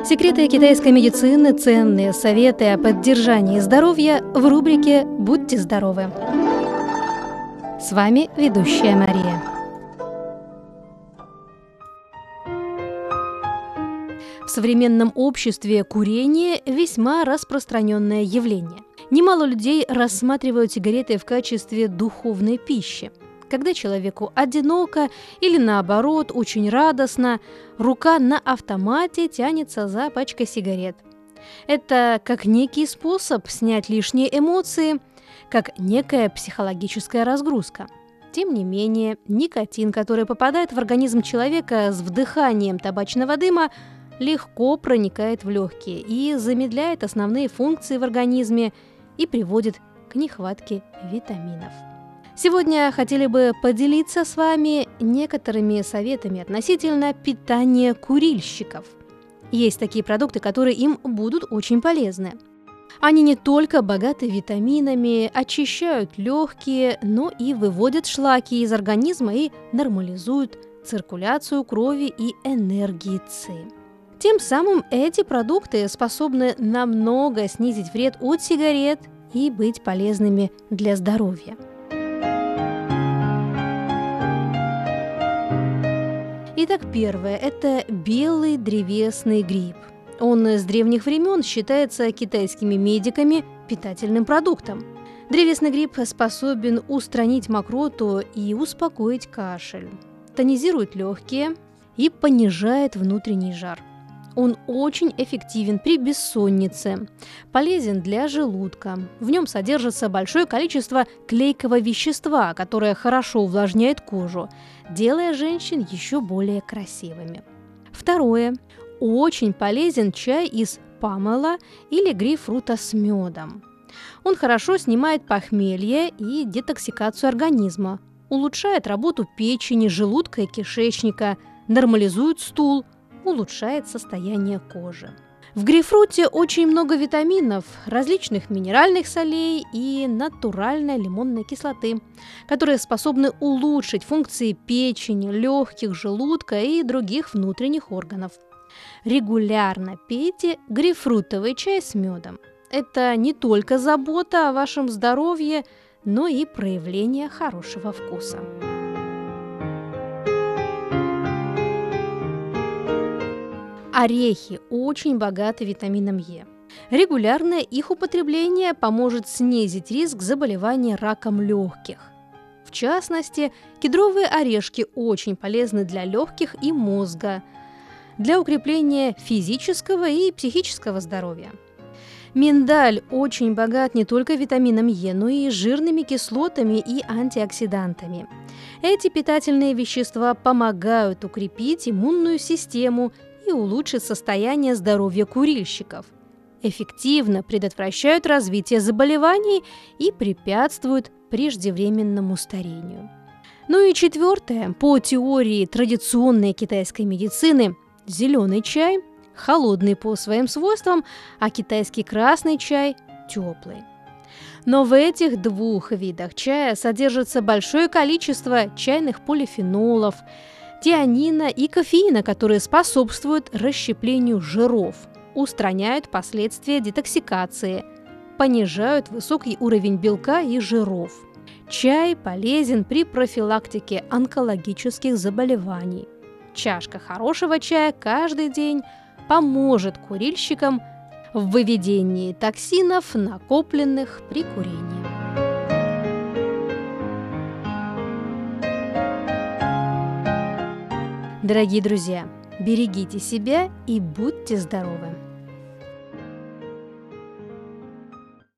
Секреты китайской медицины, ценные советы о поддержании здоровья в рубрике «Будьте здоровы». С вами ведущая Мария. В современном обществе курение – весьма распространенное явление. Немало людей рассматривают сигареты в качестве духовной пищи. Когда человеку одиноко или, наоборот, очень радостно, рука на автомате тянется за пачкой сигарет. Это как некий способ снять лишние эмоции, как некая психологическая разгрузка. Тем не менее, никотин, который попадает в организм человека с вдыханием табачного дыма, легко проникает в легкие и замедляет основные функции в организме и приводит к нехватке витаминов. Сегодня хотели бы поделиться с вами некоторыми советами относительно питания курильщиков. Есть такие продукты, которые им будут очень полезны. Они не только богаты витаминами, очищают легкие, но и выводят шлаки из организма и нормализуют циркуляцию крови и энергии ЦИ. Тем самым эти продукты способны намного снизить вред от сигарет и быть полезными для здоровья. Итак, первое – это белый древесный гриб. Он с древних времен считается китайскими медиками питательным продуктом. Древесный гриб способен устранить мокроту и успокоить кашель, тонизирует легкие и понижает внутренний жар. Он очень эффективен при бессоннице, полезен для желудка. В нем содержится большое количество клейкого вещества, которое хорошо увлажняет кожу, делая женщин еще более красивыми. Второе. Очень полезен чай из помела или грейпфрута с медом. Он хорошо снимает похмелье и детоксикацию организма, улучшает работу печени, желудка и кишечника, нормализует стул, улучшает состояние кожи. В грейпфруте очень много витаминов, различных минеральных солей и натуральной лимонной кислоты, которые способны улучшить функции печени, легких, желудка и других внутренних органов. Регулярно пейте грейпфрутовый чай с медом. Это не только забота о вашем здоровье, но и проявление хорошего вкуса. Орехи очень богаты витамином Е. Регулярное их употребление поможет снизить риск заболевания раком легких. В частности, кедровые орешки очень полезны для легких и мозга, для укрепления физического и психического здоровья. Миндаль очень богат не только витамином Е, но и жирными кислотами и антиоксидантами. Эти питательные вещества помогают укрепить иммунную систему и улучшить состояние здоровья курильщиков, эффективно предотвращают развитие заболеваний и препятствуют преждевременному старению. Ну и четвертое, по теории традиционной китайской медицины, зеленый чай холодный по своим свойствам, а китайский красный чай теплый. Но в этих двух видах чая содержится большое количество чайных полифенолов, тианина и кофеина, которые способствуют расщеплению жиров, устраняют последствия детоксикации, понижают высокий уровень белка и жиров. Чай полезен при профилактике онкологических заболеваний. Чашка хорошего чая каждый день поможет курильщикам в выведении токсинов, накопленных при курении. Дорогие друзья, берегите себя и будьте здоровы!